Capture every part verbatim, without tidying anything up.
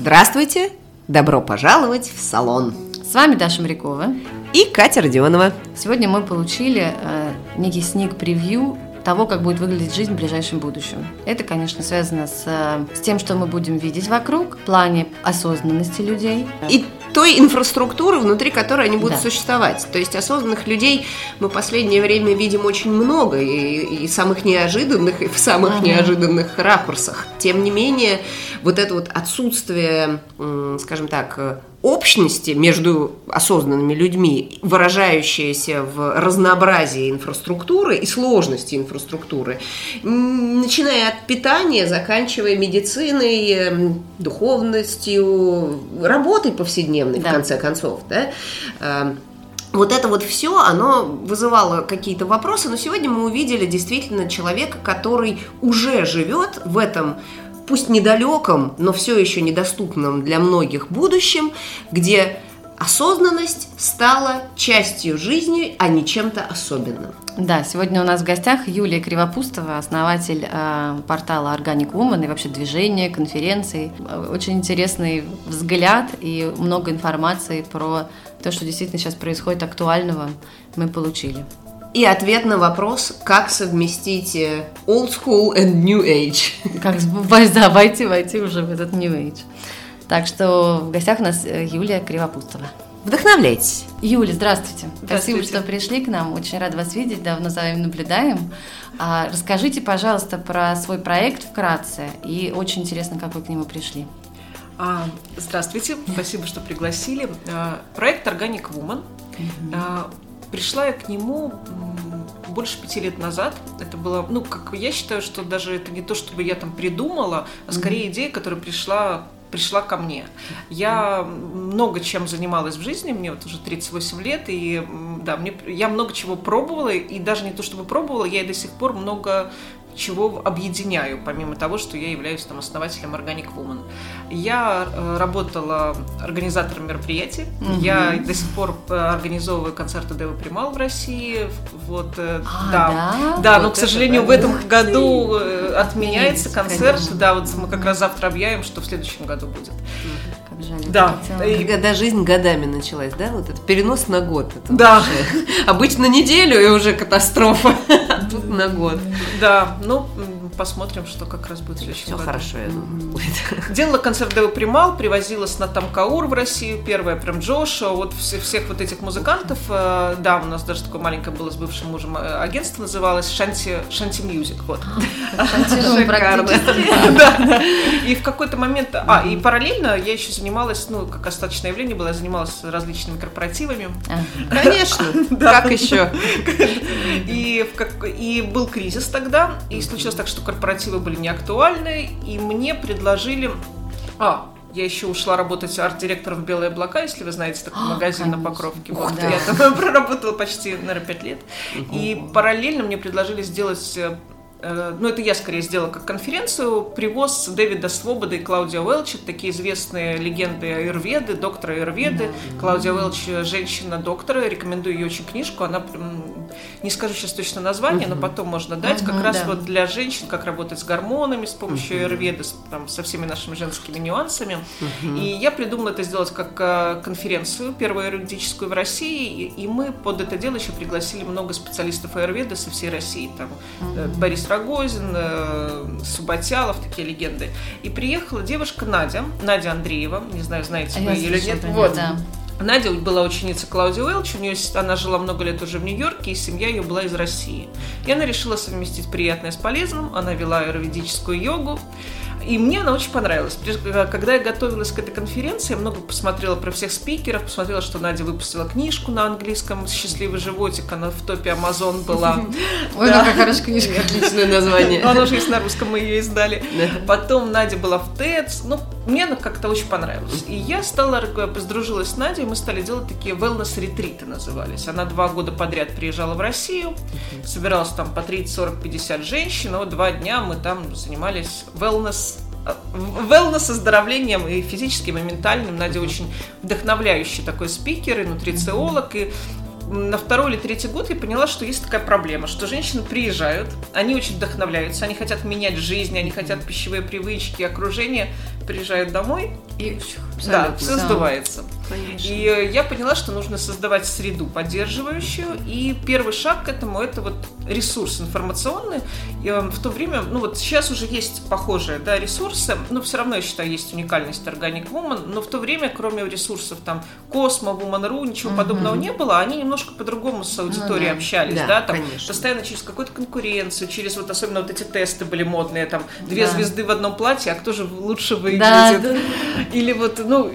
Здравствуйте! Добро пожаловать в салон! С вами Даша Морякова и Катя Родионова. Сегодня мы получили э, некий сник-превью того, как будет выглядеть жизнь в ближайшем будущем. Это, конечно, связано с, с тем, что мы будем видеть вокруг, в плане осознанности людей. И той инфраструктуры, внутри которой они будут да. существовать. То есть осознанных людей мы в последнее время видим очень много, и, и самых неожиданных, и в самых ага. неожиданных ракурсах. Тем не менее, вот это вот отсутствие, скажем так, общности между осознанными людьми, выражающееся в разнообразии инфраструктуры и сложности инфраструктуры, начиная от питания, заканчивая медициной, духовностью, работой повседневной, да. в конце концов, да. Вот это вот все, оно вызывало какие-то вопросы, но сегодня мы увидели действительно человека, который уже живет в этом, пусть недалеком, но все еще недоступном для многих будущем, где осознанность стала частью жизни, а не чем-то особенным. Да, сегодня у нас в гостях Юлия Кривопустова, основатель э, портала Organic Woman и вообще движения, конференций. Очень интересный взгляд и много информации про то, что действительно сейчас происходит актуального, мы получили. И ответ на вопрос, как совместить old school and new age. Как да, войти, войти уже в этот new age. Так что в гостях у нас Юлия Кривопустова. Вдохновляйтесь. Юля, здравствуйте. Здравствуйте. Спасибо, что пришли к нам. Очень рада вас видеть, давно за вами наблюдаем. А, расскажите, пожалуйста, про свой проект вкратце. И очень интересно, как вы к нему пришли. А, здравствуйте, спасибо, что пригласили. А, проект Organic Woman. Mm-hmm. А, Пришла я к нему больше пяти лет назад. Это было, ну, как я считаю, что даже это не то, чтобы я там придумала, а скорее mm-hmm. идея, которая пришла, пришла ко мне. Я много чем занималась в жизни, мне вот уже тридцать восемь лет, и да, мне, я много чего пробовала, и даже не то, чтобы пробовала, я и до сих пор много чего объединяю, помимо того, что я являюсь там основателем Organic Woman. Я э, работала организатором мероприятий, mm-hmm. я до сих пор организовываю концерты Девы Примал в России, вот, э, а, да, да, да вот но, к сожалению, в этом году э, отменяется концерт, конечно. Да, вот мы как раз завтра объявим, что в следующем году будет. Как жаль, да. И когда жизнь годами началась, да, вот этот перенос на год. Это да. Обычно неделю и уже катастрофа, а тут на год. Да. Ну, посмотрим, что как раз будет в следующем году. Все хорошо, я думаю, будет. Делала концерт Девы Примал, привозила с Натам Каур в Россию, первая прям Джоша, вот все, всех вот этих музыкантов. Да, у нас даже такое маленькое было с бывшим мужем агентство, называлось Шанти, Шанти Мьюзик. Вот. Шикарно. Да. И в какой-то момент... А, и параллельно я еще занималась, ну, как остаточное явление было, я занималась различными корпоративами. Конечно, как еще? И был кризис тогда, и случилось так, что корпоративы были неактуальны, и мне предложили... А, я еще ушла работать арт-директором в «Белые облака», если вы знаете, такой магазин конечно. На Покровке. Вот, да. Я там проработала почти, наверное, пять лет. Угу. И параллельно мне предложили сделать... Ну, это я скорее сделала как конференцию, привоз Дэвида Свободы и Клаудио Уэлча, такие известные легенды аюрведы, доктора аюрведы. Mm-hmm. Клаудио Уэлч – женщина-доктора, рекомендую ее очень книжку, она, не скажу сейчас точно название, mm-hmm. но потом можно дать, mm-hmm, как раз да. вот для женщин, как работать с гормонами с помощью mm-hmm. аюрведы, там, со всеми нашими женскими нюансами. Mm-hmm. И я придумала это сделать как конференцию, первую аюрведическую в России, и мы под это дело еще пригласили много специалистов аюрведы со всей России, там, mm-hmm. Борис Рогозин, э, Субботялов, такие легенды. И приехала девушка Надя, Надя Андреева, не знаю, знаете вы ее или нет. Вот. Да. Надя была ученицей Клаудио Уэлча, у нее, она жила много лет уже в Нью-Йорке, и семья ее была из России. И она решила совместить приятное с полезным, она вела аюрведическую йогу. И мне она очень понравилась. Когда я готовилась к этой конференции, я много посмотрела про всех спикеров, посмотрела, что Надя выпустила книжку на английском «Счастливый животик», она в топе Amazon была. Ой, какая хорошая книжка. Отличное название. Она уже есть на русском, мы ее издали. Потом Надя была в TEDx. Ну, мне она как-то очень понравилась. И я стала, поздружилась с Надей, мы стали делать такие wellness-ретриты назывались. Она два года подряд приезжала в Россию, собиралась там по тридцать, сорок, пятьдесят женщин, но два дня мы там занимались wellness wellness, оздоровлением и физическим, и ментальным. Надя очень вдохновляющий такой спикер и нутрициолог. И на второй или третий год я поняла, что есть такая проблема, что женщины приезжают, они очень вдохновляются, они хотят менять жизнь, они хотят пищевые привычки, окружение, приезжают домой, и да, все да. сдувается. Конечно. И я поняла, что нужно создавать среду поддерживающую, и первый шаг к этому – это вот ресурс информационный. И в то время, ну вот сейчас уже есть похожие, да, ресурсы, но все равно, я считаю, есть уникальность Organic Woman, но в то время, кроме ресурсов там Космо, Woman.ру, ничего угу. подобного не было, они немножко по-другому с аудиторией ну, да. общались, да, да, там конечно. Постоянно через какую-то конкуренцию, через вот особенно вот эти тесты были модные, там две да. звезды в одном платье, а кто же лучше выглядит? Да, да. Или вот, ну,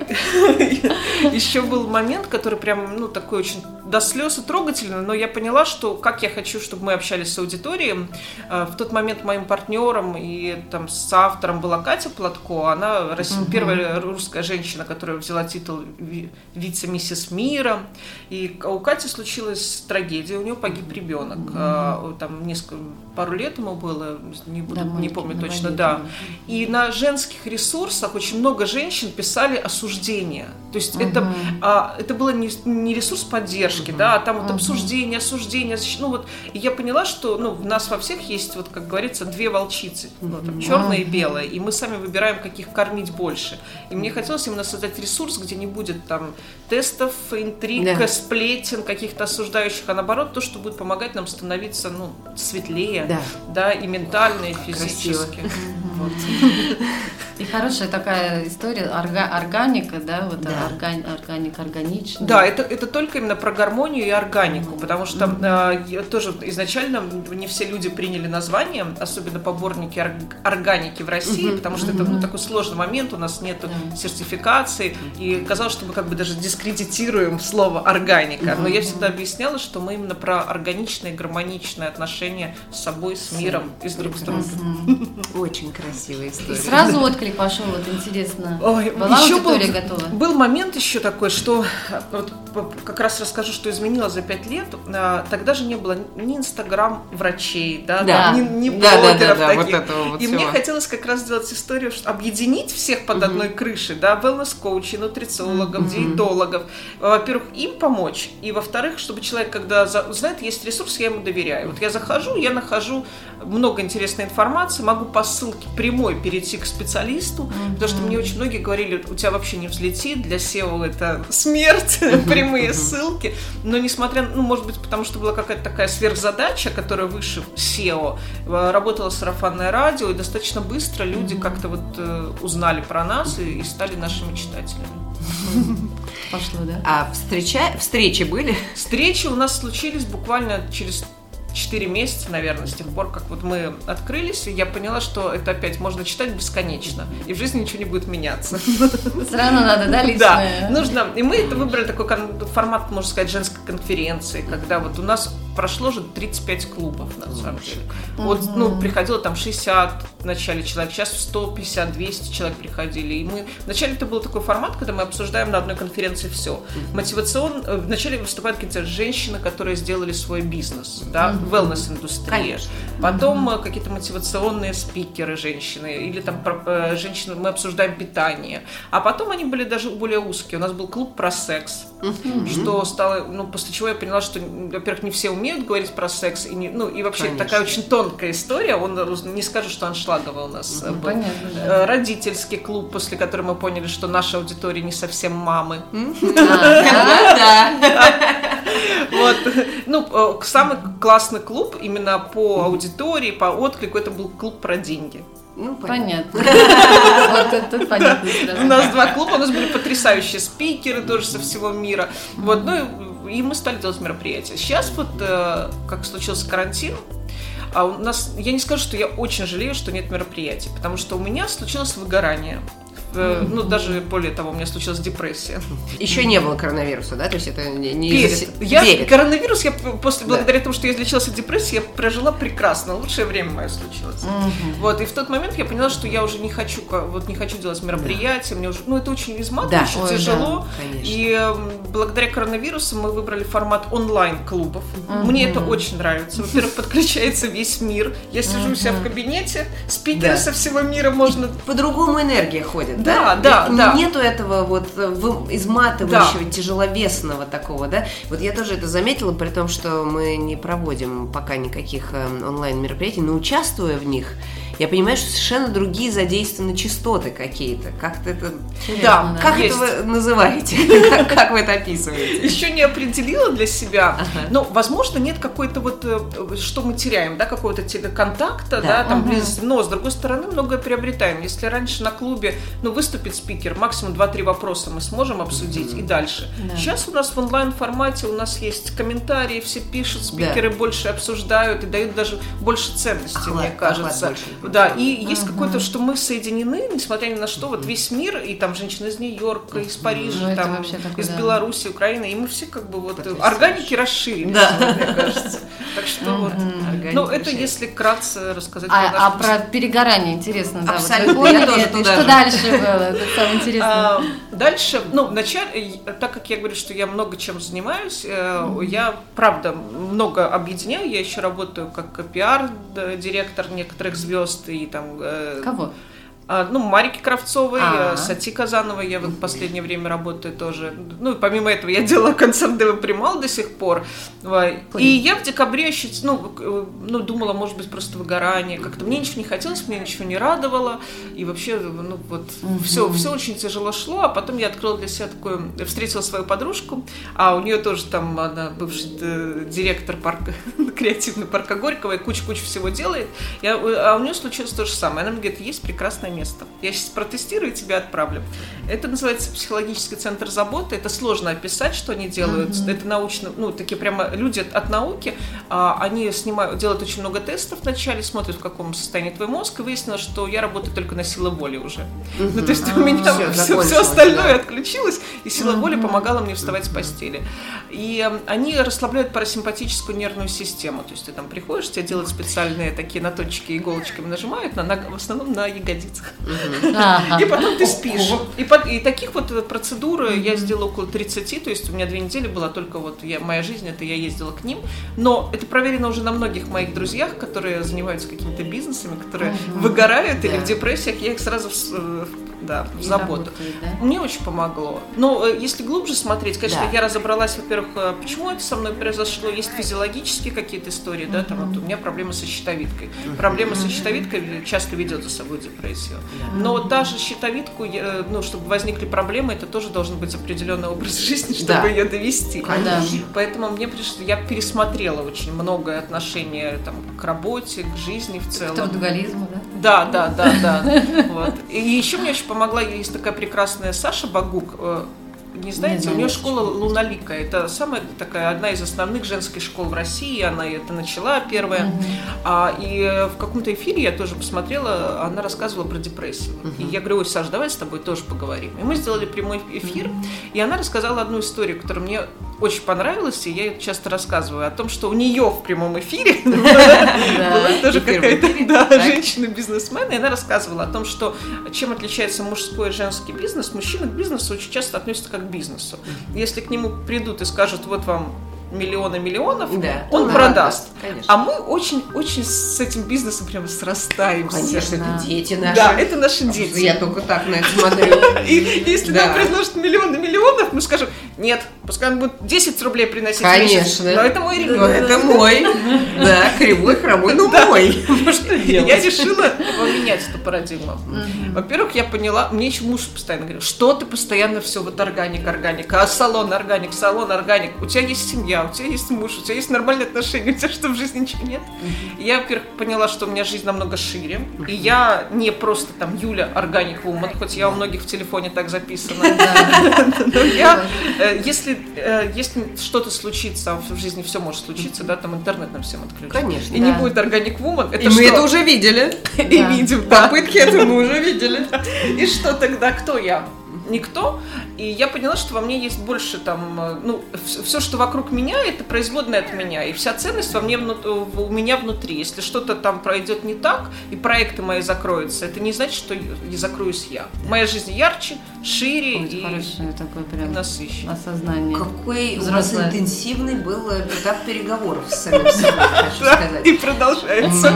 еще был момент, который прям, ну, такой очень до слез и трогательный, но я поняла, что как я хочу, чтобы мы общались с аудиторией. В тот момент моим партнером и там с автором была Катя Платко, она uh-huh. первая русская женщина, которая взяла титул вице-миссис мира, и у Кати случилась трагедия, у нее погиб ребенок, uh-huh. там несколько, пару лет ему было, не, буду, да, не помню точно, да. И на женских ресурсах очень много женщин писали осуждения, то есть uh-huh. это, а, это было не, не ресурс поддержки, uh-huh. да, а там вот uh-huh. обсуждение, осуждение, ну вот, и я поняла, что, ну, в нас во всех есть, вот, как говорится, две волчицы, ну, там, черная и белая, и мы сами выбираем, каких кормить больше. И мне хотелось именно создать ресурс, где не будет там тестов, интриг, да. сплетен, каких-то осуждающих, а наоборот, то, что будет помогать нам становиться, ну, светлее, да, да и ментально, и физически. Вот. И хорошая такая история, орга, органика, да, вот да. Орган, органик, органичный. Да, это, это только именно про гармонию и органику, mm-hmm. потому что mm-hmm. э, тоже изначально не все люди приняли название, особенно поборники ор, органики в России, mm-hmm. потому что mm-hmm. это ну, такой сложный момент, у нас нет mm-hmm. сертификации, и казалось, что мы как бы даже дискредитируем слово органика, mm-hmm. но я всегда объясняла, что мы именно про органичные, гармоничные отношения с собой, с миром mm-hmm. и с друг с другом. Mm-hmm. Очень красивая история. И сразу отклик пошел, вот интересно. Ой, была еще аудитория был, готова? Был момент еще такой, что вот, как раз расскажу, что изменилось за пять лет. Тогда же не было ни Инстаграм врачей, да, да. ни, ни да, блогеров да, да, таких. Вот этого вот и всего. Мне хотелось как раз сделать историю, объединить всех под uh-huh. одной крышей, да, wellness-коучей, нутрициологов, uh-huh. диетологов. Во-первых, им помочь, и во-вторых, чтобы человек, когда знает, есть ресурс, я ему доверяю. Вот я захожу, я нахожу много интересной информации, могу по ссылке прямой перейти к специалисту, uh-huh. потому что мне очень многие говорили, у тебя вообще не взлетит, для сео это смерть, uh-huh. прямые ссылки, но несмотря, ну, может быть, потому что была какая-то такая сверхзадача, которая выше сео, работала сарафанное радио, и достаточно быстро люди uh-huh. как-то вот э, узнали про нас и, и стали нашими читателями. Пошло, да? А встреча... встречи были? Встречи у нас случились буквально через четыре месяца, наверное, с тех пор, как вот мы открылись, и я поняла, что это опять можно читать бесконечно, и в жизни ничего не будет меняться. Все равно надо, да, личное? Да, нужно. И мы это выбрали такой формат, можно сказать, женской конференции, когда вот у нас прошло же тридцать пять клубов, на самом деле. Вот, ну, приходило там шестьдесят в начале человек, сейчас сто пятьдесят - двести человек приходили, и мы... Вначале это был такой формат, когда мы обсуждаем на одной конференции все. Мотивацион... Вначале выступают какие-то женщины, которые сделали свой бизнес, да, wellness-индустрия. Потом mm-hmm. какие-то мотивационные спикеры женщины, или там про, женщины, мы обсуждаем питание. А потом они были даже более узкие. У нас был клуб про секс, mm-hmm. что стало, ну, после чего я поняла, что, во-первых, не все умеют говорить про секс, и, не, ну, и вообще Конечно. Такая очень тонкая история, он не скажет, что аншлаговый у нас mm-hmm. был. Понятно, да. Родительский клуб, после которого мы поняли, что наша аудитория не совсем мамы. Вот. Ну, самый классный клуб именно по аудитории, по отклику, это был клуб про деньги. Ну, понятно. Вот это понятно. У нас два клуба, у нас были потрясающие спикеры тоже со всего мира. Вот, ну и мы стали делать мероприятия. Сейчас вот, как случился карантин, а у нас, я не скажу, что я очень жалею, что нет мероприятий, потому что у меня случилось выгорание. Ну, даже более того, у меня случилась депрессия. Еще не было коронавируса, да? То есть это не... не Перед. Я, Перед. Коронавирус, я после, да. благодаря тому, что я излечилась от депрессии, я прожила прекрасно. Лучшее время мое случилось. Угу. Вот, и в тот момент я поняла, что я уже не хочу, вот, не хочу делать мероприятия. Да. Мне уже, ну, это очень изматывающе, да. тяжело. Да, и э, благодаря коронавирусу мы выбрали формат онлайн-клубов. Угу. Мне это очень нравится. Во-первых, подключается весь мир. Я сижу угу. у себя в кабинете, спикеры да. со всего мира можно... По-другому энергия ходит. Да, да, Ведь да. Нету этого вот изматывающего, да. тяжеловесного такого, да. Вот я тоже это заметила, при том, что мы не проводим пока никаких онлайн-мероприятий, но участвуя в них, я понимаю, что совершенно другие задействованы частоты какие-то. Как-то это... Да, как есть. это вы называете? Как вы это описываете? Еще не определила для себя, но, возможно, нет какой-то вот, что мы теряем, да, какого-то телеконтакта, да, там близости, но, с другой стороны, многое приобретаем. Если раньше на клубе, ну, выступит спикер, максимум два-три вопроса мы сможем обсудить и дальше. Сейчас у нас в онлайн-формате, у нас есть комментарии, все пишут, спикеры больше обсуждают и дают даже больше ценности, мне кажется. Да, и есть какое-то, что мы соединены, несмотря ни на что, вот весь мир, и там женщины из Нью-Йорка, из Парижа, ну, там, такой, из да. Беларуси, Украины, и мы все как бы вот органики расширились, да. мне кажется. Так что mm-hmm. вот. Ну, это если кратко рассказать а, про А про перегорание интересно, да. Абсолютно. Вот Я тоже это, туда что же. дальше было? Это самое интересное. А, дальше, ну, вначале, так как я говорю, что я много чем занимаюсь, mm-hmm. я, правда, много объединяю. Я еще работаю как пиар-директор некоторых звезд и там. Кого? Ну, Марики Кравцовой, А-а-а. Сати Казановой я вот в последнее время работаю тоже. Ну, и помимо этого я делала концерт Девы Примал до сих пор. И я в декабре еще, ну, ну, думала, может быть, просто выгорание. Как-то мне ничего не хотелось, мне ничего не радовало. И вообще, ну, вот, mm-hmm. все, все очень тяжело шло. А потом я открыла для себя такую, встретила свою подружку, а у нее тоже там, она бывший директор парка, креативный парка Горького, и куча-куча всего делает. Я, а у нее случилось то же самое. Она мне говорит, есть прекрасное место. Я сейчас протестирую и тебя отправлю. Это называется психологический центр заботы. Это сложно описать, что они делают. Mm-hmm. Это научно, ну, такие прямо люди от, от науки. А, они снимают, делают очень много тестов вначале, смотрят, в каком состоянии твой мозг, и выяснилось, что я работаю только на силе воли уже. Mm-hmm. Ну, то есть у меня все, все, все остальное да. отключилось, и сила mm-hmm. воли помогала мне вставать с постели. И они расслабляют парасимпатическую нервную систему. То есть ты там приходишь, тебе делают специальные такие на точки иголочками нажимают, на, на, в основном на ягодицах. Uh-huh. И потом ты спишь. И, по, и таких вот процедур uh-huh. я сделала около тридцати, то есть у меня две недели была только вот я, моя жизнь, это я ездила к ним. Но это проверено уже на многих моих друзьях, которые занимаются какими-то бизнесами, которые uh-huh. выгорают yeah. или в депрессиях, я их сразу в, да, в заботу. Работает, да? Мне очень помогло. Но если глубже смотреть, конечно, да. я разобралась, во-первых, почему это со мной произошло. Есть физиологические какие-то истории, uh-huh. да, там вот у меня проблемы со щитовидкой. Uh-huh. Проблема со щитовидкой часто ведет за собой депрессию. Но даже щитовидку, ну, чтобы возникли проблемы, это тоже должен быть определенный образ жизни, чтобы да. ее довести. Конечно. Поэтому мне пришлось, я пересмотрела очень многое отношение там, к работе, к жизни в целом. К трудоголизму, да? Да, да, да, да. Вот. И еще мне очень помогла, есть такая прекрасная Саша Багук. Не знаете, не у нее школа Луналика. Это самая такая одна из основных женских школ в России. Она это начала первая. Uh-huh. А, и в каком-то эфире я тоже посмотрела, она рассказывала про депрессию. Uh-huh. И я говорю, ой, Саш, давай с тобой тоже поговорим. И мы сделали прямой эфир. Uh-huh. И она рассказала одну историю, которая мне очень понравилась, и я ее часто рассказываю, о том, что у нее в прямом эфире была тоже какая-то женщина-бизнесмен, и она рассказывала о том, что чем отличается мужской и женский бизнес. Мужчины к бизнесу очень часто относятся как к бизнесу. Если к нему придут и скажут, вот вам миллионы миллионов, да, он да, продаст. Да, а мы очень-очень с этим бизнесом прямо срастаемся. Конечно, да. Это дети наши. Да, это наши дети. Я только так на это смотрю. И если нам предложат миллионы миллионов, мы скажем, нет, пускай он будет десять рублей приносить. Конечно. Но это мой ребенок. Это мой. Да, кривой, хромой, но мой. Что делать? Я решила поменять эту парадигму. Во-первых, я поняла, мне еще муж постоянно говорил, что ты постоянно все вот органик, органик, а салон органик, салон органик. У тебя есть семья, у тебя есть муж, у тебя есть нормальные отношения, у тебя что, в жизни ничего нет? И я, во-первых, поняла, что у меня жизнь намного шире, и я не просто там Юля Organic Woman, хоть я у многих в телефоне так записана, но я, если что-то случится, в жизни все может случиться, да, там интернет нам всем отключит. Конечно. И не будет Organic Woman. И мы это уже видели. И видим. Попытки это мы уже видели. И что тогда? Кто я? Никто. И я поняла, что во мне есть больше там, ну, все, что вокруг меня, это производное от меня. И вся ценность во мне, у меня внутри. Если что-то там пройдет не так, и проекты мои закроются, это не значит, что и закроюсь я. Моя жизнь ярче, шире Ой, и, такое прям насыщенное. Осознание. Какой у вас интенсивный был этап переговоров с самим собой, хочу сказать. И продолжается.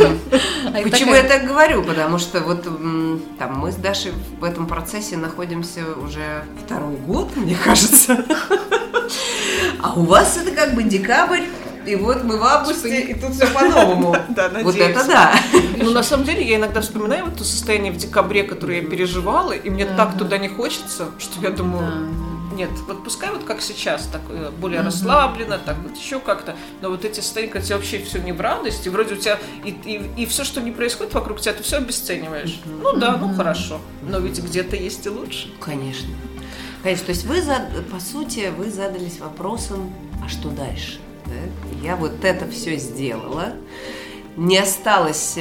Почему я так говорю? Потому что вот там мы с Дашей в этом процессе находимся уже второй год, мне кажется. А у вас это как бы декабрь, и вот мы в августе, и тут все по-новому. Да, надеюсь. Вот это да. Ну, на самом деле, я иногда вспоминаю вот то состояние в декабре, которое я переживала, и мне так туда не хочется, что я думаю... Нет, вот пускай вот как сейчас, так более uh-huh. расслабленно, так вот еще как-то, но вот эти состояния, когда тебе вообще все не в радости, вроде у тебя и, и, и все, что не происходит вокруг тебя, ты все обесцениваешь. Uh-huh. Ну да, uh-huh. ну хорошо, но ведь где-то есть и лучше. Конечно. Конечно, то есть вы, по сути, вы задались вопросом, а что дальше? Да? Я вот это все сделала, не осталось...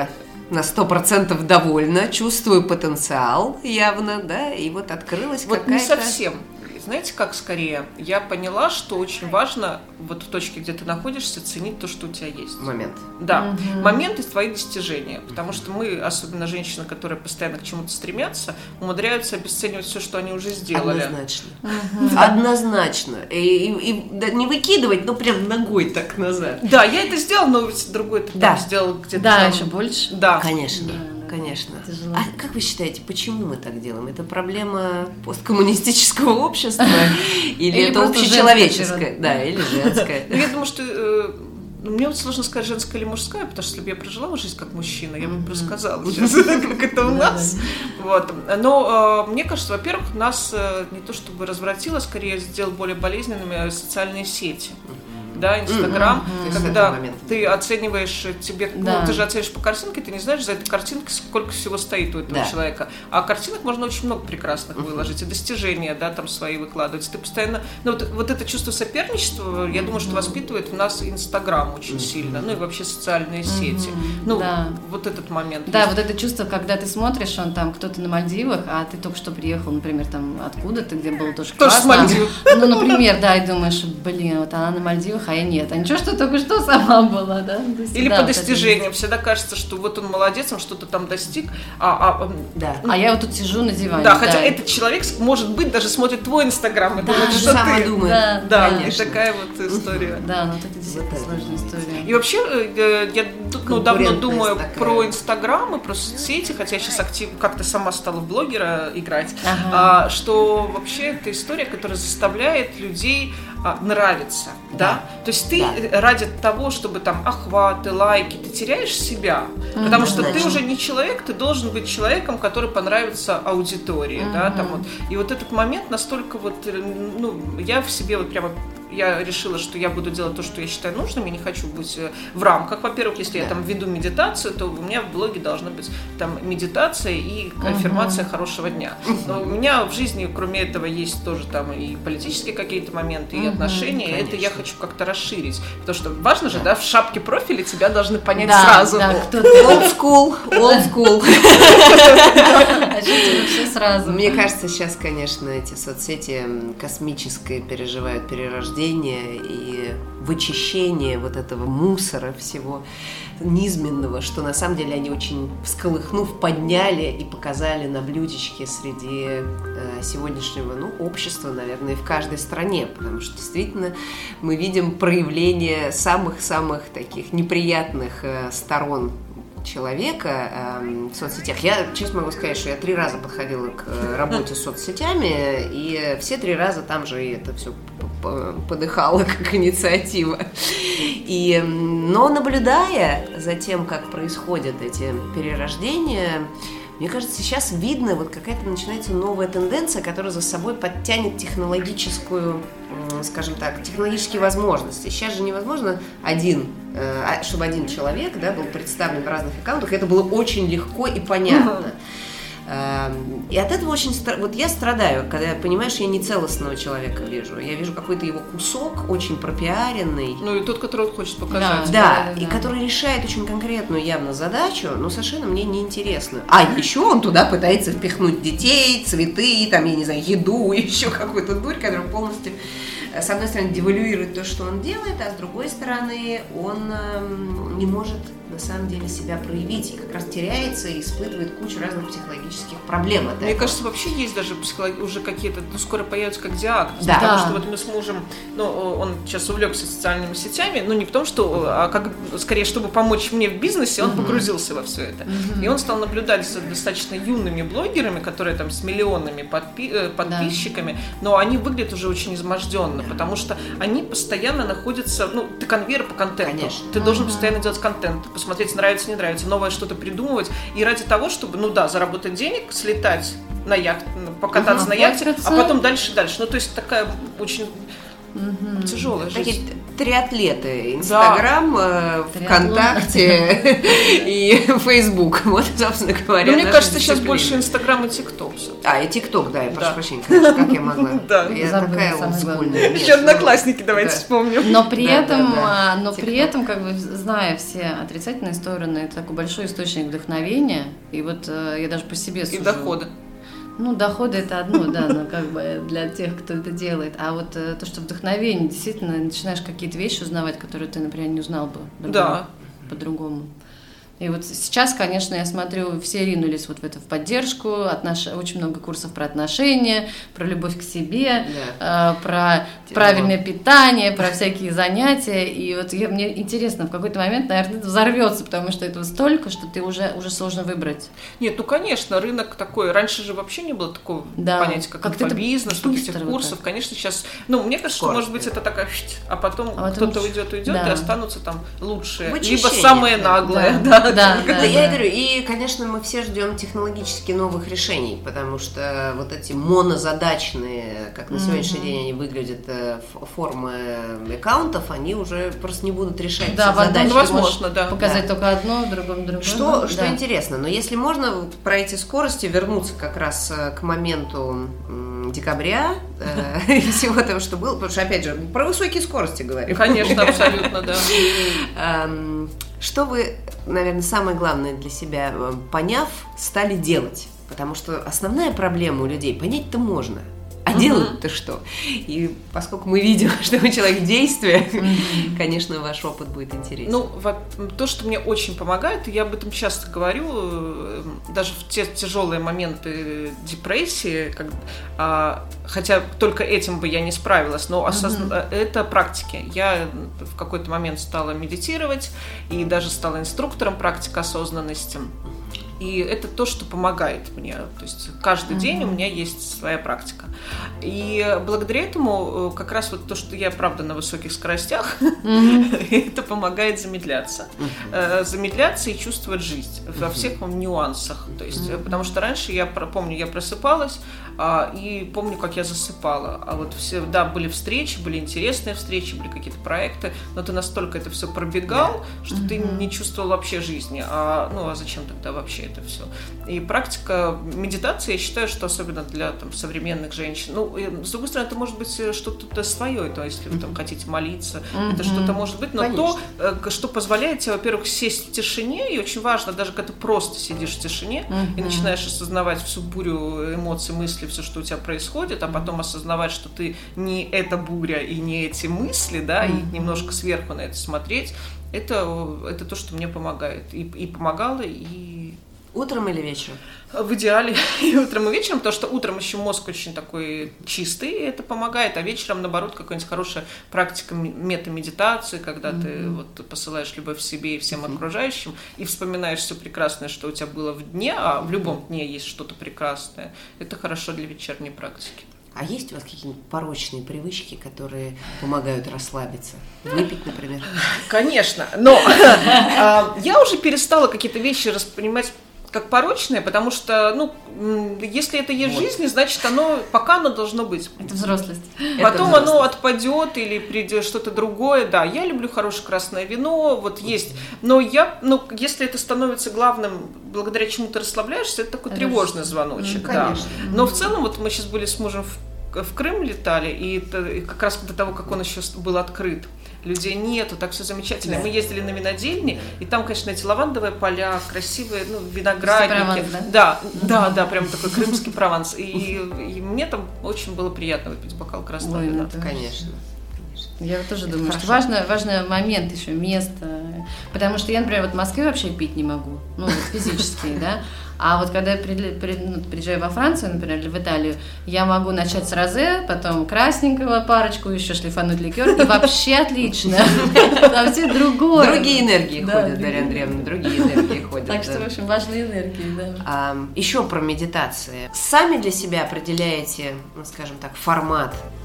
на сто процентов довольна, чувствую потенциал явно, да, и вот открылась вот какая-то... Вот не совсем. Знаете, как скорее? Я поняла, что очень важно вот в точке, где ты находишься, ценить то, что у тебя есть. Момент. Да, угу. момент и твои достижения. Потому что мы, особенно женщины, которые постоянно к чему-то стремятся, умудряются обесценивать все, что они уже сделали. Однозначно. Угу. Однозначно. И, и, и да, не выкидывать, но прям ногой так назад. Да, я это сделала, но ведь другой ты да. там сделал где-то. Да, там... еще больше. Да. Конечно. Да. Конечно. Тяжело. А как вы считаете, почему мы так делаем? Это проблема посткоммунистического общества? Или это общечеловеческое? Да, или женское? Я думаю, что... Мне вот сложно сказать, женская или мужская, потому что если бы я прожила жизнь как мужчина, я бы рассказала сейчас, как это у нас. Вот. Но мне кажется, во-первых, нас не то чтобы развратило, скорее сделал более болезненными социальные сети. Да, Инстаграм, mm-hmm. когда ты оцениваешь тебе, да. ну, ты же оценишь по картинке, ты не знаешь за этой картинкой, сколько всего стоит у этого да. человека. А картинок можно очень много прекрасных mm-hmm. выложить, и достижения, да, там свои выкладывать. Ты постоянно, ну, вот, вот это чувство соперничества, я думаю, что воспитывает в нас Инстаграм очень mm-hmm. сильно, ну и вообще социальные сети. Mm-hmm. Ну, да. вот этот момент. Да, есть. Вот это чувство, когда ты смотришь, он там кто-то на Мальдивах, а ты только что приехал, например, там откуда-то, где было тоже классно. Тоже с Мальдивов. Ну, например, да, и думаешь, блин, вот она на Мальдивах, а я нет. А ничего, что только что сама была, да? Есть, или да, по достижениям. Всегда кажется, что вот он молодец, он что-то там достиг. А, а, да. а я вот тут сижу на диване. Да, да, хотя этот человек, может быть, даже смотрит твой Инстаграм и да, думает, что ты. Думает. Да, да, и такая вот история. Да, ну это действительно вот сложная история. И вообще, я ну, давно думаю такая. Про Инстаграм и про соцсети, хотя я сейчас активно как-то сама стала в блогера играть, ага. а, что вообще это история, которая заставляет людей а, нравиться. Да? Да? То есть ты да. ради того, чтобы там охваты, лайки, ты теряешь себя, mm-hmm. потому что Значит. Ты уже не человек, ты должен быть человеком, который понравится аудитории, mm-hmm. да, там вот. И вот этот момент настолько вот, ну, я в себе вот прямо я решила, что я буду делать то, что я считаю нужным, я не хочу быть в рамках. Во-первых, если да. я там веду медитацию, то у меня в блоге должна быть там медитация и аффирмация uh-huh. хорошего дня. Но у меня в жизни, кроме этого, есть тоже там и политические какие-то моменты, и uh-huh. отношения, и это я хочу как-то расширить. Потому что важно же, да, в шапке профиля тебя должны понять да, сразу. Да, кто old school, old school. Все сразу. Мне кажется, сейчас, конечно, эти соцсети космические переживают перерождение и вычищение вот этого мусора всего низменного, что на самом деле они очень, всколыхнув, подняли и показали на блюдечке среди э, сегодняшнего, ну, общества, наверное, и в каждой стране, потому что действительно мы видим проявление самых-самых таких неприятных э, сторон человека э, в соцсетях. Я честно могу сказать, что я три раза подходила к э, работе с соцсетями, и все три раза там же это все подыхало как инициатива. И, но наблюдая за тем, как происходят эти перерождения, мне кажется, сейчас видно, вот какая-то начинается новая тенденция, которая за собой подтянет технологическую, скажем так, технологические возможности. Сейчас же невозможно один, чтобы один человек, да, был представлен в разных аккаунтах, это было очень легко и понятно. И от этого очень... Вот я страдаю, когда, понимаешь, я не целостного человека вижу. Я вижу какой-то его кусок, очень пропиаренный. Ну и тот, который он хочет показать. Да, да, да, да, и который решает очень конкретную явно задачу, но совершенно мне неинтересную. А еще он туда пытается впихнуть детей, цветы, там, я не знаю, еду, еще какую-то дурь, которая полностью... С одной стороны, девальвирует то, что он делает, а с другой стороны, он э, не может на самом деле себя проявить и как раз теряется и испытывает кучу разных психологических проблем. Мне этого. кажется, вообще есть даже психолог... уже какие-то, ну, скоро появятся как диагноз. Да. Потому Да. что вот мы с мужем, ну, он сейчас увлекся социальными сетями, ну, не в том, что, а как, скорее, чтобы помочь мне в бизнесе, он uh-huh. погрузился во все это. Uh-huh. И он стал наблюдать за достаточно юными блогерами, которые там с миллионами подпи... подписчиками, да. но они выглядят уже очень изможденными. да. потому что они постоянно находятся, ну, ты конвейер по контенту. Конечно. Ты должен uh-huh. постоянно делать контент, посмотреть, нравится, не нравится, новое что-то придумывать. И ради того, чтобы, ну да, заработать денег, слетать на яхте, покататься uh-huh. на яхте, а потом дальше-дальше. Ну, то есть такая очень... Угу. Тяжелая жизнь. Такие триатлеты. Инстаграм, да. ВКонтакте и Фейсбук. Вот, собственно говоря. Ну, мне кажется, сейчас больше Инстаграм и ТикТок. А, и ТикТок, да, я прошу прощения, конечно, как я могла. Да. Я такая олдскульная. Еще Одноклассники, давайте вспомним. Но при этом, но при этом, как бы, зная все отрицательные стороны, это такой большой источник вдохновения. И вот я даже по себе сужу. И дохода. Ну, доходы это одно, да, но как бы для тех, кто это делает. А вот э, то, что вдохновение, действительно, начинаешь какие-то вещи узнавать, которые ты, например, не узнал бы да. по-другому. И вот сейчас, конечно, я смотрю, все ринулись вот в это в поддержку, отнош... очень много курсов про отношения, про любовь к себе, да. э, про Тема. правильное питание, про всякие занятия. И вот я, мне интересно, в какой-то момент, наверное, это взорвется, потому что этого столько, что ты уже, уже сложно выбрать. Нет, ну, конечно, рынок такой. Раньше же вообще не было такого да. понятия, как, как инфобизнес, вот этих курсов. Вот конечно, сейчас, ну, мне кажется, Скоро. что, может быть, это такая, а потом а кто-то уж... уйдет, уйдет, да. и останутся там лучшие, либо самые наглые, да. да. Да, да, я да. говорю, и, конечно, мы все ждем технологически новых решений, потому что вот эти монозадачные, как на сегодняшний mm-hmm. день они выглядят, формы аккаунтов, они уже просто не будут решать да, все задачи. Возможно, да. Показать да. только одно, в другом другое. Что, да. что интересно, но если можно про эти скорости вернуться как раз к моменту декабря и всего того, что было, потому что, опять же, про высокие скорости говорим. Конечно, абсолютно, да. Что вы, наверное, самое главное для себя, поняв, стали делать? Потому что основная проблема у людей, понять-то можно, а uh-huh. делать-то что? И поскольку мы видим, что вы человек действия, uh-huh. конечно, ваш опыт будет интересен. Ну, то, что мне очень помогает, и я об этом часто говорю, даже в те тяжелые моменты депрессии, как, а, хотя только этим бы я не справилась, но осозна... uh-huh. это практики. Я в какой-то момент стала медитировать и даже стала инструктором практик осознанности. И это то, что помогает мне. То есть каждый mm-hmm. день у меня есть своя практика. И благодаря этому как раз вот то, что я, правда, на высоких скоростях, mm-hmm. это помогает замедляться. Mm-hmm. Замедляться и чувствовать жизнь во всех нюансах. То есть, mm-hmm. потому что раньше, я помню, я просыпалась, а, и помню, как я засыпала. А вот все, да, были встречи, были интересные встречи, были какие-то проекты, но ты настолько это все пробегал, yeah. что mm-hmm. ты не чувствовал вообще жизни. А, ну, а зачем тогда вообще это все? И практика медитации, я считаю, что особенно для там, современных женщин, ну, и, с другой стороны, это может быть что-то свое, то есть, если вы там хотите молиться, mm-hmm. это что-то может быть, но Конечно. то, что позволяет тебе, во-первых, сесть в тишине, и очень важно, даже когда ты просто сидишь в тишине mm-hmm. и начинаешь осознавать всю бурю эмоций, мыслей, все, что у тебя происходит, а потом осознавать, что ты не эта буря и не эти мысли, да, mm-hmm. и немножко сверху на это смотреть, это, это то, что мне помогает. И, и помогало, и... Утром или вечером? В идеале и утром, и вечером, потому что утром еще мозг очень такой чистый, и это помогает, а вечером, наоборот, какая-нибудь хорошая практика метамедитации, когда mm-hmm. ты вот посылаешь любовь себе и всем mm-hmm. окружающим, и вспоминаешь все прекрасное, что у тебя было в дне, а в любом дне есть что-то прекрасное. Это хорошо для вечерней практики. А есть у вас какие-нибудь порочные привычки, которые помогают расслабиться? Выпить, например? Конечно, но я уже перестала какие-то вещи воспринимать как порочное, потому что, ну, если это есть вот. жизнь, значит, оно, пока оно должно быть. Это взрослость. Потом это взрослость. Оно отпадет или придет что-то другое. Да, я люблю хорошее красное вино, вот есть. Но я, ну, если это становится главным, благодаря чему ты расслабляешься, это такой это тревожный звоночек. Ну, да. Но в целом, вот мы сейчас были с мужем в, в Крым летали, и, это, и как раз до того, как он еще был открыт, людей нету, так все замечательно. Да. Мы ездили на винодельни, и там, конечно, эти лавандовые поля, красивые, ну, виноградники. Прованс, да? Да, да, да, прям такой крымский Прованс. И, и мне там очень было приятно выпить бокал красного Ой, вина. Ну, конечно. Я тоже думаю, Хорошо. что важно, важный момент еще, место. Потому что я, например, вот в Москве вообще пить не могу, ну, физически, да. А вот когда я приезжаю во Францию, например, или в Италию, я могу начать с розе, потом красненького парочку, еще шлифануть ликер, и вообще отлично. Там все другое. Другие энергии ходят, Дарья Андреевна, другие энергии ходят. Так что, в общем, важные энергии, да. Еще про медитации. Сами для себя определяете, ну, скажем так, формат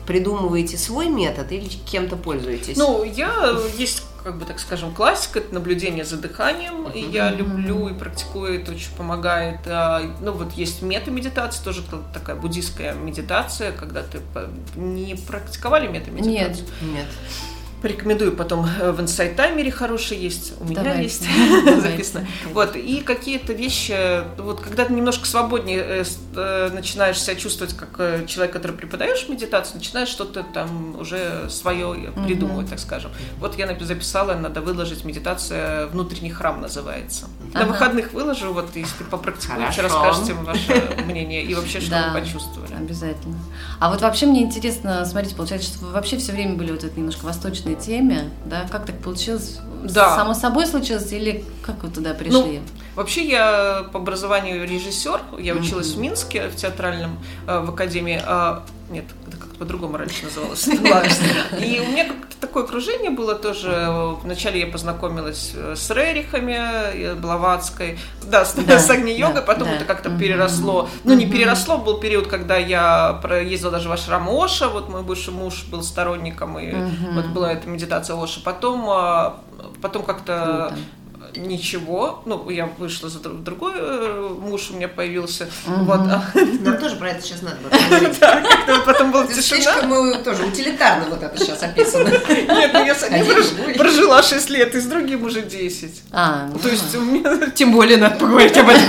придумываете свой метод или кем-то пользуетесь? Ну, я есть, как бы так скажем, классика, это наблюдение за дыханием, uh-huh. и я люблю и практикую, это очень помогает. Ну, вот есть мета-медитация, тоже такая буддийская медитация, когда ты не практиковали мета-медитацию? Нет, нет. Порекомендую потом в инсайт-таймере хороший есть, у меня Давайте. есть записано. Вот, и какие-то вещи, вот когда ты немножко свободнее э, начинаешь себя чувствовать как человек, который преподаешь медитацию, начинаешь что-то там уже свое придумывать, mm-hmm. так скажем. Вот я записала, надо выложить медитация «Внутренний храм» называется. Ага. На выходных выложу, вот если попрактикуете, расскажете ваше мнение и вообще, что да, вы почувствовали. Обязательно. А вот вообще мне интересно, смотрите, получается, что вы вообще все время были вот этой немножко восточной теме, да? Как так получилось? Да. Само собой случилось или как вы туда пришли? Ну, вообще я по образованию режиссер, я училась mm-hmm. в Минске в театральном, в академии, а, нет, это как-то по-другому раньше называлось. И у меня как-то такое окружение было тоже. Вначале я познакомилась с Рерихами, Блаватской, да, с Агни-йогой, потом это как-то переросло. Ну, не переросло, был период, когда я ездила даже в ашрам Оша, вот мой бывший муж был сторонником, и вот была эта медитация Оша. Потом, потом как-то... Ничего, ну, я вышла за другой, муж у меня появился. Угу. Вот. Нам тоже про это сейчас надо поговорить. Да, как-то вот потом была тишина. Слишком мы тоже утилитарно вот это сейчас описано. Нет, ну я с одним прожила шесть лет, и с другим уже десять. А, то есть у меня... Тем более надо поговорить об этом.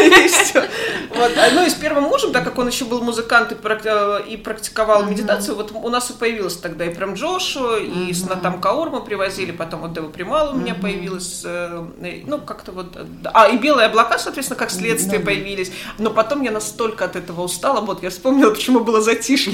Вот. Ну и с первым мужем, так как он еще был музыкант и практиковал медитацию, вот у нас и появилось тогда и Прям Джошу, и с Натам Каур мы привозили, потом вот Дева Примал у меня появилась, ну, как-то вот... А, и «Белые облака», соответственно, как следствие mm-hmm. появились. Но потом я настолько от этого устала. Вот, я вспомнила, почему было затишье.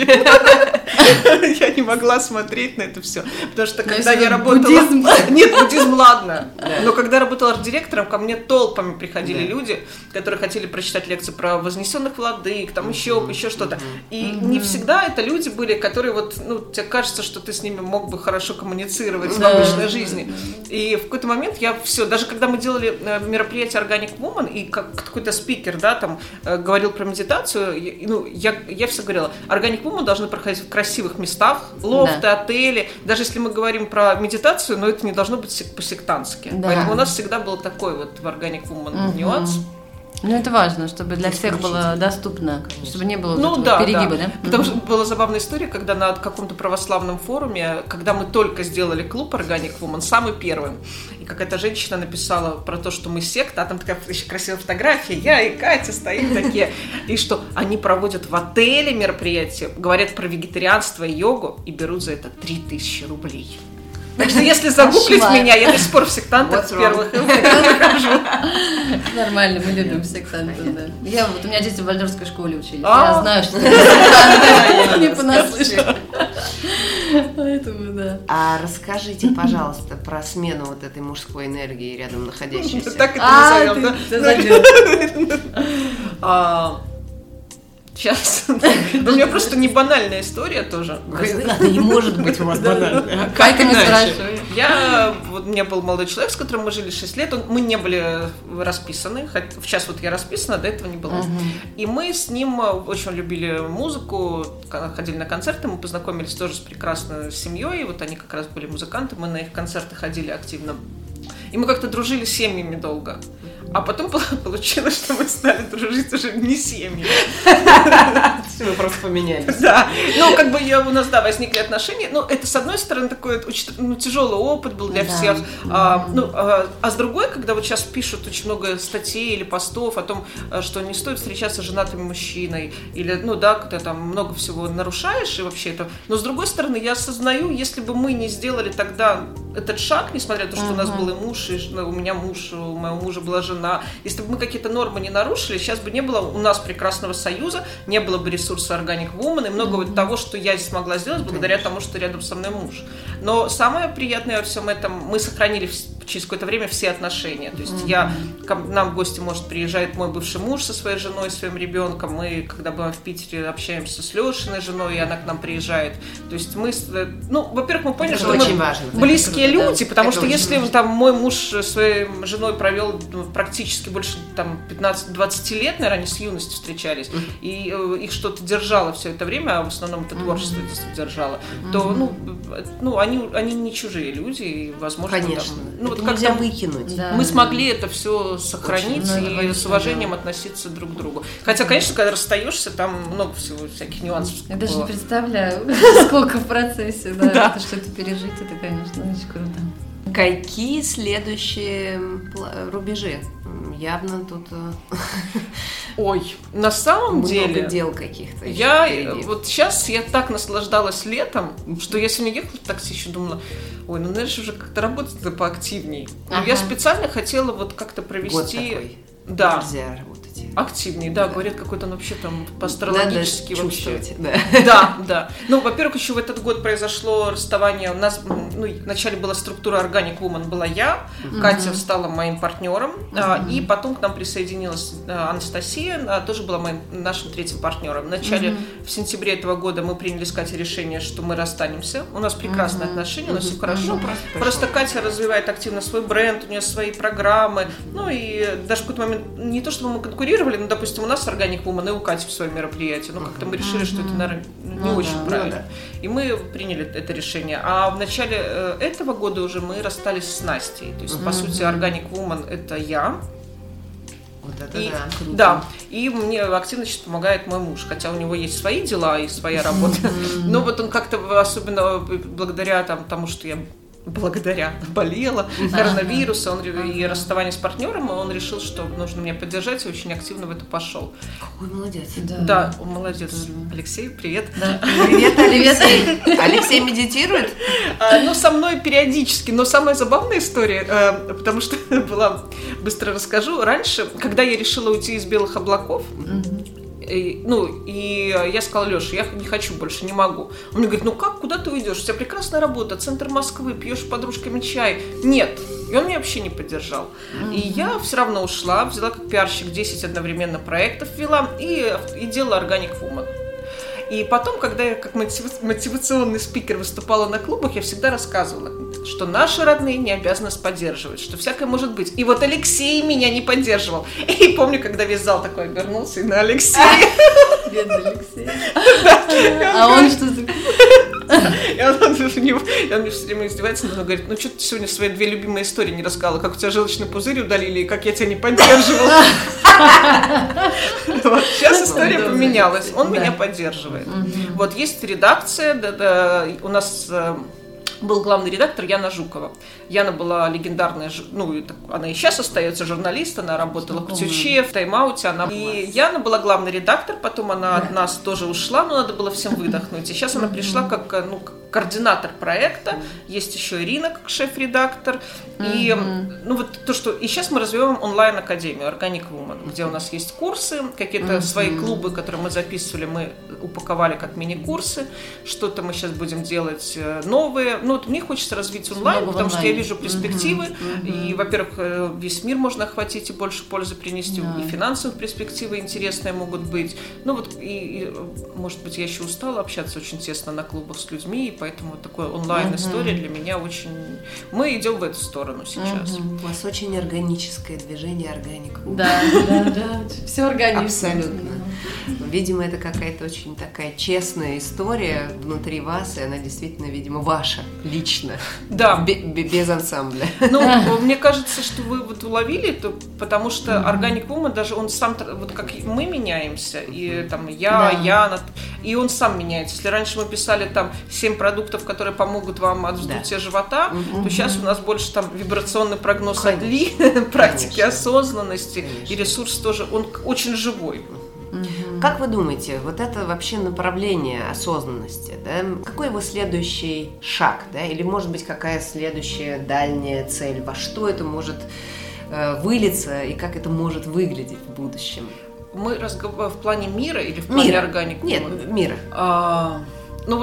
Я не могла смотреть на это все. Потому что когда я работала... Нет, буддизм, ладно. Но когда я работала арт-директором, ко мне толпами приходили люди, которые хотели прочитать лекции про вознесенных владык, там еще, еще что-то. И не всегда это люди были, которые вот, ну, тебе кажется, что ты с ними мог бы хорошо коммуницировать в обычной жизни. И в какой-то момент я все, даже когда мы делали мероприятие Organic Woman, и как какой-то спикер, да, там, говорил про медитацию, ну, я, я все говорила, Organic Woman должны проходить в красивых местах, лофты, да. отели, даже если мы говорим про медитацию, но это не должно быть по-сектантски. Да. Поэтому у нас всегда был такой вот в Organic Woman угу. нюанс. Ну, это важно, чтобы для всех было доступно, конечно. Чтобы не было ну, вот да, перегиба, да? да? Потому что была забавная история, когда на каком-то православном форуме, когда мы только сделали клуб Organic Woman, самый первый, и какая-то женщина написала про то, что мы секта, а там такая еще красивая фотография, я и Катя стоим такие, и что они проводят в отеле мероприятие, говорят про вегетарианство и йогу, и берут за это три тысячи рублей. Так что если загуглить меня, я до сих пор в сектантах с первых хожу. Нормально, мы любим сектантов, да. Я, вот у меня дети в вальдорфской школе учились. Я знаю, что это сектанты, не понаслышке. Поэтому, да. А расскажите, пожалуйста, про смену вот этой мужской энергии рядом находящейся. Так это назовем, да? Сейчас. У меня просто не банальная история тоже. Она не может быть у вас банальная. Как иначе? Я, вот у меня был молодой человек, с которым мы жили шесть лет, мы не были расписаны, сейчас вот я расписана, до этого не было. И мы с ним очень любили музыку, ходили на концерты, мы познакомились тоже с прекрасной семьей, вот они как раз были музыканты, мы на их концерты ходили активно. И мы как-то дружили с семьями долго. А потом получилось, что мы стали дружить уже не семьями. Все, мы просто поменялись. Да. Ну, как бы я, у нас, да, возникли отношения. Ну, это, с одной стороны, такой очень ну, тяжелый опыт был для да. всех. А, ну, а, а с другой, когда вот сейчас пишут очень много статей или постов о том, что не стоит встречаться с женатым мужчиной, или, ну, да, когда там много всего нарушаешь, и вообще это... Но, с другой стороны, я осознаю, если бы мы не сделали тогда этот шаг, несмотря на то, что uh-huh. у нас был и муж, и у меня муж, у моего мужа была жена, если бы мы какие-то нормы не нарушили, сейчас бы не было у нас прекрасного союза, не было бы ресурса Organic Woman и много mm-hmm. того, что я смогла сделать благодаря тому, что рядом со мной муж. Но самое приятное во всем этом, мы сохранили через какое-то время все отношения. То есть mm-hmm. я, к нам в гости, может, приезжает мой бывший муж со своей женой, своим ребенком. Мы, когда бываем в Питере, общаемся с Лешиной женой, и она к нам приезжает. То есть мы, ну, во-первых, мы поняли, это что очень мы важно, близкие круто, люди, да. потому это что если важно. Там мой муж своей женой провел практически больше там, пятнадцать-двадцать лет, наверное, они с юности встречались, mm-hmm. и э, их что-то держало все это время, а в основном это творчество mm-hmm. держало, mm-hmm. то ну, ну, они, они не чужие люди, и, возможно, конечно. Там, ну, это вот нельзя как-то выкинуть. Да. Мы смогли это все сохранить очень, и ну, с уважением да. относиться друг к другу. Хотя, конечно, когда расстаешься, там много всего, всяких нюансов. Я даже было. не представляю, сколько в процессе, да, да. это что-то пережить, это, конечно, очень круто. Какие следующие рубежи? Явно тут... Ой, на самом много деле... дел каких-то. Я вот сейчас я так наслаждалась летом, что я сегодня ехала в такси, еще думала, ой, ну, знаешь, уже как-то работать-то поактивней. Ага. Я специально хотела вот как-то провести... Год такой. Да. Нельзя работать. Активнее, да, да, говорят, какой-то он вообще там по-астрологически вообще. Да. да, да. Ну, во-первых, еще в этот год произошло расставание. У нас, ну, вначале была структура Organic Woman, была я, uh-huh. Катя стала моим партнером, uh-huh. и потом к нам присоединилась Анастасия, она тоже была моим, нашим третьим партнером. В начале, uh-huh. в сентябре этого года мы приняли с Катей решение, что мы расстанемся. У нас прекрасные uh-huh. отношения, у нас uh-huh. все хорошо. Uh-huh. Просто, просто Катя развивает активно свой бренд, у нее свои программы. Ну, и даже в какой-то момент, не то чтобы мы конкурировали, ну, допустим, у нас Organic Woman и у Кати в своем мероприятии, но как-то мы решили, что это, наверное, не ну, очень да, правильно. Ну, да. И мы приняли это решение. А в начале э, этого года уже мы расстались с Настей. То есть, mm-hmm. по сути, Organic Woman — это я. Вот это и, да, круто. Да, и мне активно сейчас помогает мой муж, хотя у него есть свои дела и своя работа. Mm-hmm. Но вот он как-то, особенно благодаря там, тому, что я благодаря болела коронавируса, он и расставание с партнером, он решил, что нужно меня поддержать, и очень активно в это пошел. Какой молодец. Да, да он молодец. Алексей, привет. Да. Привет, Алексей. Алексей медитирует? А, ну, со мной периодически, но самая забавная история, а, потому что была, быстро расскажу, раньше, когда я решила уйти из белых облаков, И, ну, и я сказала: Леша, я не хочу больше, не могу. Он мне говорит: ну как, куда ты уйдешь? У тебя прекрасная работа, центр Москвы, пьешь с подружками чай. Нет. И он меня вообще не поддержал. Mm-hmm. И я все равно ушла, взяла как пиарщик десять одновременно проектов вела и, и делала Organic Woman. И потом, когда я как мотивационный спикер выступала на клубах, я всегда рассказывала, что наши родные не обязаны нас поддерживать, что всякое может быть. И вот Алексей меня не поддерживал. И помню, когда весь зал такой обернулся, и на Алексея. Бедный Алексей. А он что такое? И он, он, он, он мне все время издевается, но он говорит: ну что ты сегодня свои две любимые истории не рассказала, как у тебя желчный пузырь удалили, и как я тебя не поддерживала. Сейчас история поменялась, он меня поддерживает. Вот есть редакция, у нас был главный редактор Яна Жукова. Яна была легендарная, ну, она и сейчас остается журналист, она работала в Птюче, в Тайм-ауте. Она... И Яна была главный редактор, потом она от нас тоже ушла, но надо было всем выдохнуть. И сейчас она пришла как, ну, координатор проекта, есть еще Ирина как шеф-редактор. И, ну, вот то, что... И сейчас мы развиваем онлайн-академию Organic Woman, где у нас есть курсы, какие-то свои клубы, которые мы записывали, мы упаковали как мини-курсы. Что-то мы сейчас будем делать новые. Ну, вот мне хочется развить онлайн, Много потому онлайн. что я вижу перспективы. Uh-huh, uh-huh. И, во-первых, весь мир можно охватить и больше пользы принести. Yeah. И финансовые перспективы интересные могут быть. Ну, вот, и, и, может быть, я еще устала общаться очень тесно на клубах с людьми, и поэтому вот такая онлайн-история uh-huh. для меня очень... Мы идем в эту сторону сейчас. Uh-huh. У вас очень органическое движение Organic Woman. Да, да, да. Все органично. Абсолютно. Видимо, это какая-то очень такая честная история внутри вас, и она действительно, видимо, ваша. Лично. Да. Б- без ансамбля. Ну, мне кажется, что вы вот уловили это, потому что Organic Woman, даже он сам, вот как мы меняемся, и там я, да. Яна, и он сам меняется. Если раньше мы писали там семь продуктов, которые помогут вам от вздутия да. живота, угу. то сейчас у нас больше там вибрационный прогноз от Ли, практики осознанности, Конечно. И ресурс тоже, он очень живой. Угу. Как вы думаете, вот это вообще направление осознанности, да? Какой его следующий шаг, да? Или, может быть, какая следующая дальняя цель? Во что это может э, вылиться и как это может выглядеть в будущем? Мы разговариваем в плане мира или в плане мира. Organic Woman? Нет, мира. А, ну вот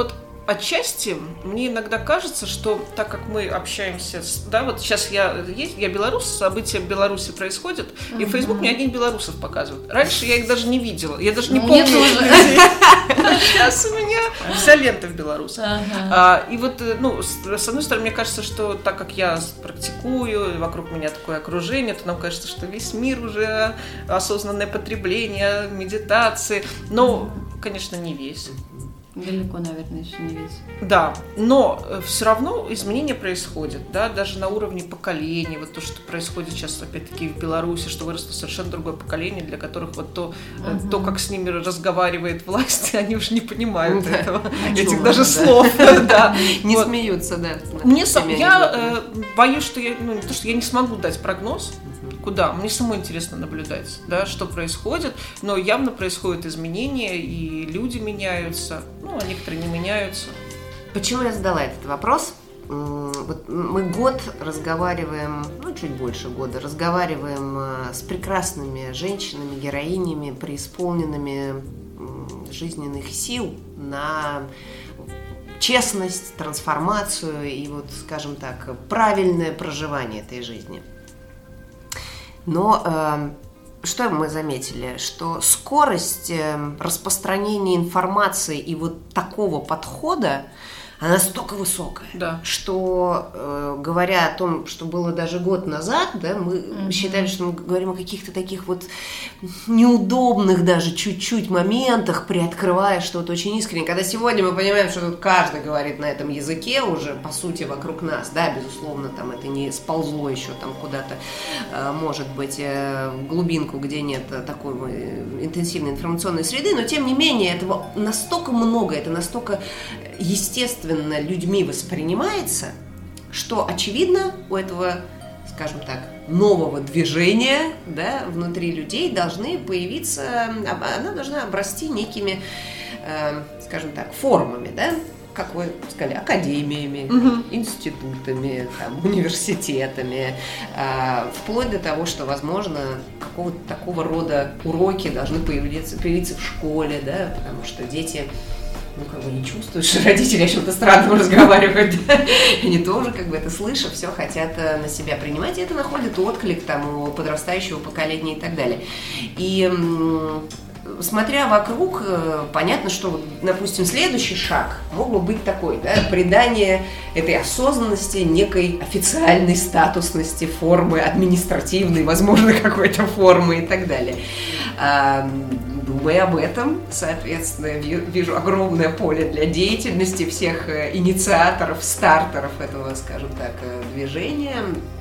отчасти мне иногда кажется, что так как мы общаемся, с, да, вот сейчас я есть, я белорус, события в Беларуси происходят, uh-huh. и в Facebook мне одних белорусов показывают. Раньше я их даже не видела, я даже не ну, помню этих людей. Сейчас у меня вся лента в белорусах. Uh-huh. И вот, ну, с одной стороны, мне кажется, что так как я практикую, вокруг меня такое окружение, то нам кажется, что весь мир уже осознанное потребление, медитации, но, конечно, не весь. Далеко, наверное, еще не весь. Да, но все равно изменения происходят, да, даже на уровне поколений. Вот то, что происходит сейчас, опять-таки, в Беларуси, что выросло совершенно другое поколение, для которых вот то, uh-huh. то как с ними разговаривает власть, они уже не понимают да. этого, этих даже да. слов. да. Не вот. Смеются, да. Мне сам, я э, боюсь, что я, ну, не то, что я не смогу дать прогноз, куда. Мне самой интересно наблюдать, да, что происходит, но явно происходят изменения, и люди меняются, ну, а некоторые не меняются. Почему я задала этот вопрос? Вот мы год разговариваем, ну, чуть больше года, разговариваем с прекрасными женщинами, героинями, преисполненными жизненных сил на честность, трансформацию и вот, скажем так, правильное проживание этой жизни. Но э, что мы заметили? Что скорость э, распространения информации и вот такого подхода, она настолько высокая, да. что, э, говоря о том, что было даже год назад, да, мы mm-hmm. считали, что мы говорим о каких-то таких вот неудобных даже чуть-чуть моментах, приоткрывая что-то очень искреннее. Когда сегодня мы понимаем, что тут каждый говорит на этом языке уже, по сути, вокруг нас, да, безусловно, там это не сползло еще там куда-то, э, может быть, э, в глубинку, где нет такой интенсивной информационной среды, но, тем не менее, этого настолько много, это настолько естественно людьми воспринимается, что, очевидно, у этого, скажем так, нового движения, да, внутри людей должны появиться, она должна обрасти некими, э, скажем так, формами, да, как вы сказали, академиями, угу. институтами, там, университетами, э, вплоть до того, что, возможно, какого-то такого рода уроки должны появиться, появиться в школе, да, потому что дети... ну, как бы не чувствуют, что родители о чем-то странном разговаривают. Они тоже, как бы это слышав, все хотят на себя принимать, и это находит отклик там у подрастающего поколения и так далее. И смотря вокруг, понятно, что, допустим, следующий шаг мог бы быть такой, да, придание этой осознанности некой официальной статусности, формы, административной, возможно, какой-то формы и так далее. Думая об этом, соответственно, вижу огромное поле для деятельности всех инициаторов, стартеров этого, скажем так, движения.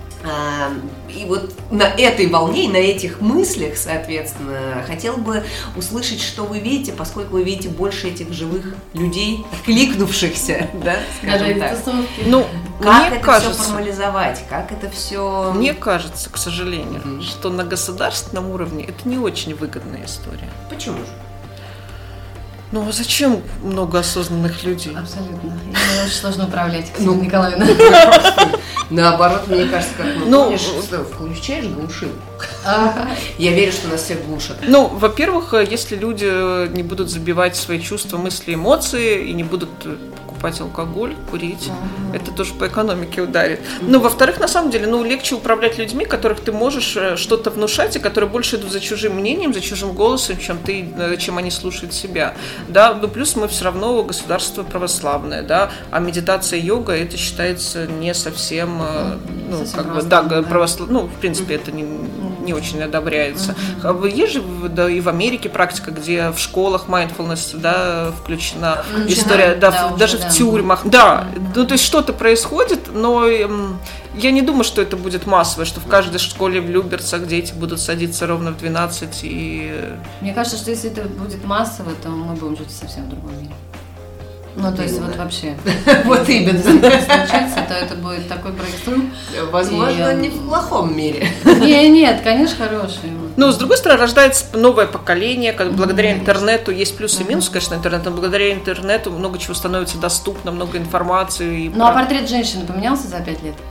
И вот на этой волне, на этих мыслях, соответственно, хотел бы услышать, что вы видите, поскольку вы видите больше этих живых людей, откликнувшихся, да, скажем так. Ну, как мне это кажется, все формализовать, как это все... Мне кажется, к сожалению, mm-hmm. что на государственном уровне это не очень выгодная история. Почему же? Ну, а зачем много осознанных людей? Абсолютно. Ими очень сложно управлять, Ксения ну, Николаевна. Наоборот, мне кажется, как ну, ну помнишь, что включаешь глушилку. Ага. Я верю, что нас всех глушат. Ну, во-первых, если люди не будут забивать свои чувства, мысли, эмоции и не будут покупать алкоголь, курить, ага. это тоже по экономике ударит. Ну, во-вторых, на самом деле, ну, легче управлять людьми, которых ты можешь что-то внушать, и которые больше идут за чужим мнением, за чужим голосом, чем ты, чем они слушают себя. Да, ну, плюс мы все равно государство православное, да, а медитация, йога, это считается не совсем, ну, совсем как бы, да, да. православ... ну, в принципе, это не, не очень одобряется. Mm-hmm. Есть же, да, и в Америке практика, где в школах mindfulness, да, включена, включена история, да, да, в, даже да. в тюрьмах, да, mm-hmm. ну, то есть что-то происходит, но я не думаю, что это будет массово, что в каждой школе в Люберцах дети будут садиться ровно в двенадцать и... Мне кажется, что если это будет массово, то мы будем жить совсем в другом мире. Ну, то есть, вот вообще. Вот именно. Если это случится, то это будет такой breakthrough. Возможно, не в плохом мире. Нет, нет, конечно, хороший. Но, с другой стороны, рождается новое поколение, благодаря интернету есть плюсы и минусы, конечно, интернета, но благодаря интернету много чего становится доступно, много информации. Ну, а портрет женщины поменялся за пять лет?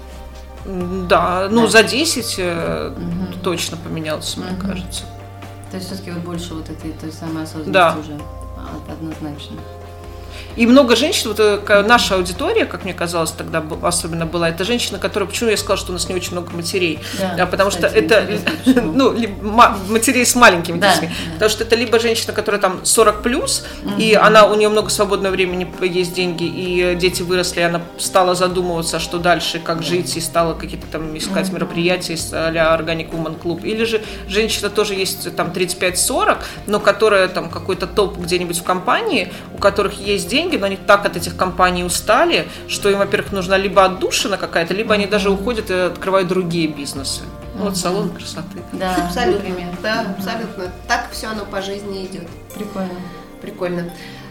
Да, ну, за десять точно поменялся, мне кажется. То есть, все-таки вот больше вот этой той самой осознанности да. уже однозначно. И много женщин, вот наша аудитория, как мне казалось тогда особенно была, это женщина, которая, почему я сказала, что у нас не очень много матерей, да, потому кстати, что это, ну, матерей с маленькими да, детьми, да. Потому что это либо женщина, которая там сорок плюс, угу. И она, у нее много свободного времени, есть деньги, и дети выросли, и она стала задумываться, что дальше, как жить, и стала какие-то там искать угу. мероприятия а-ля Organic Woman Club, или же женщина тоже есть там тридцать пять сорок, но которая там какой-то топ где-нибудь в компании, у которых есть деньги, но они так от этих компаний устали, что им, во-первых, нужна либо отдушина какая-то, либо они даже уходят и открывают другие бизнесы. Mm-hmm. Вот салон красоты. Да, абсолютно. Да, абсолютно. Так все оно по жизни идет. Прикольно. Прикольно.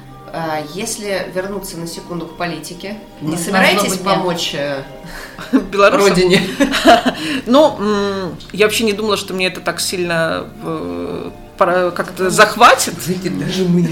Если вернуться на секунду к политике, не собираетесь помочь белорусам? Родине? Ну, я вообще не думала, что мне это так сильно как-то захватит. Даже мы.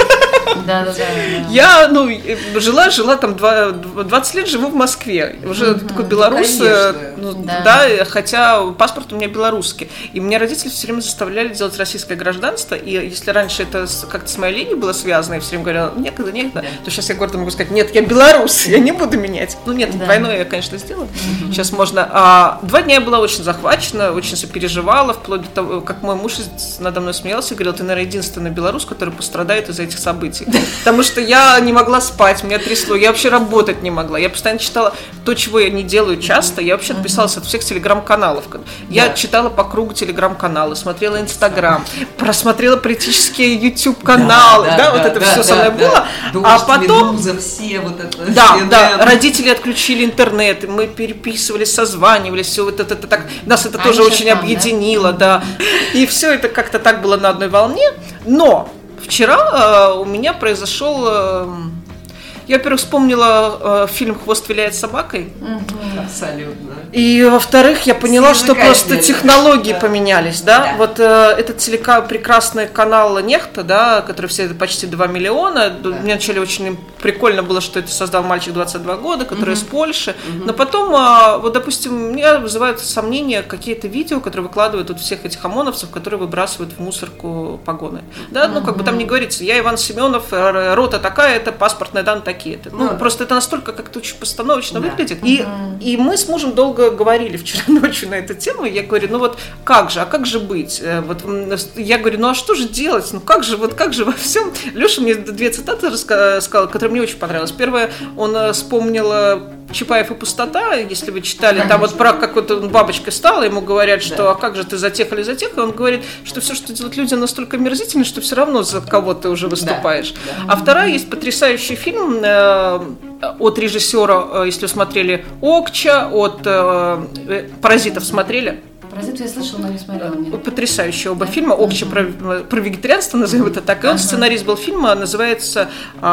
Да, да, да. Я, ну, жила, жила там двадцать лет, живу в Москве. Уже mm-hmm. такой белорус, ну, да. да, хотя паспорт у меня белорусский. И меня родители все время заставляли делать российское гражданство. И если раньше это как-то с моей линией было связано, я все время говорила, некогда, некогда, yeah. то сейчас я гордо могу сказать, нет, я белорус, я не буду менять. Ну нет, да. двойное я, конечно, сделала. Mm-hmm. Сейчас можно. А, два дня я была очень захвачена, очень сопереживала, вплоть до того, как мой муж надо мной смеялся и говорил, ты, наверное, единственный белорус, который пострадает из-за этих событий. Потому что я не могла спать, меня трясло, я вообще работать не могла. Я постоянно читала то, чего я не делаю часто. Я вообще отписалась от всех телеграм-каналов. Я да. читала по кругу телеграм-каналы, смотрела Инстаграм, просмотрела политические YouTube-каналы. Да, да, да, вот да, это да, все да, со мной да, было. Да. А потом... все вот это... Да, да, родители отключили интернет, мы переписывались, созванивались, все вот это, это так... Нас это а тоже очень там, объединило, да? да. И все это как-то так было на одной волне. Но... Вчера э, у меня произошел... Э, я, во-первых, вспомнила э, фильм «Хвост виляет собакой». Угу. Абсолютно. И, во-вторых, я поняла, что просто технологии да. поменялись, да. да. Вот э, этот телека... прекрасный канал Нехта, да, который все это почти два миллиона. Да. Мне вначале очень прикольно было, что это создал мальчик двадцать два года, который угу. из Польши. Угу. Но потом, э, вот, допустим, меня вызывают сомнения какие-то видео, которые выкладывают вот всех этих ОМОНовцев, которые выбрасывают в мусорку погоны. Да, ну, как бы там не говорится, я Иван Семенов, рота такая, это паспортные данные такие-то. Ну, ну, просто это настолько как-то очень постановочно да. выглядит. И, угу. и мы с мужем долго говорили вчера ночью на эту тему, и я говорю, ну вот как же, а как же быть? Вот, я говорю, ну а что же делать? Ну как же, вот как же во всем? Леша мне две цитаты рассказал, которые мне очень понравились. Первое, он вспомнил Чапаев и пустота, если вы читали, конечно. Там вот про как вот он бабочкой стала, ему говорят, что да. а как же ты за тех или за тех, и он говорит, что все, что делают люди, настолько мерзительно, что все равно за кого ты уже выступаешь. Да. Да. А вторая, есть потрясающий фильм э, от режиссера, э, если вы смотрели, Окча, от э, «Паразитов» смотрели? «Паразитов» я слышала, но не смотрела. Нет. Потрясающие оба да? фильма. Окча про, про вегетарианство, назовем это так. И он, ага. сценарист был фильма, называется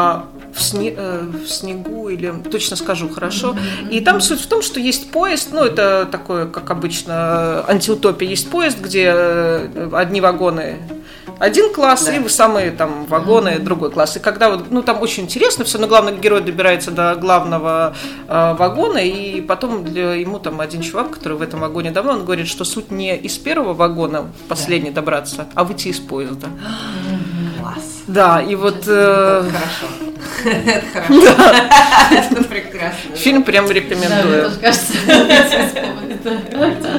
в, сне, в снегу, или точно скажу, хорошо. Mm-hmm. И там суть в том, что есть поезд, ну это такое, как обычно, антиутопия. Есть поезд, где одни вагоны один класс, да. и самые там вагоны mm-hmm. другой класс. И когда вот, ну там очень интересно все, но главный герой добирается до главного э, вагона, и потом для, ему там один чувак, который в этом вагоне давно, он говорит, что суть не из первого вагона в последний да. добраться, а выйти из поезда. Mm-hmm. Класс. Да, и вот... Э... Это хорошо. Это хорошо. Это прекрасно. Фильм прям рекомендую. Да, мне тоже кажется.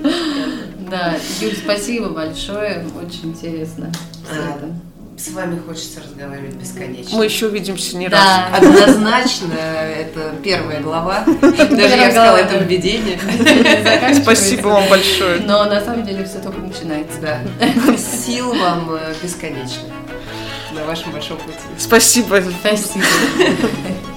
Да, Юль, спасибо большое, очень интересно. А, с вами хочется разговаривать бесконечно. Мы еще увидимся не да. раз. Однозначно, это первая глава. Даже я сказала, это введение. Спасибо вам большое. Но на самом деле все только начинается. Да. Сил вам бесконечно на вашем большом пути. Спасибо. Спасибо.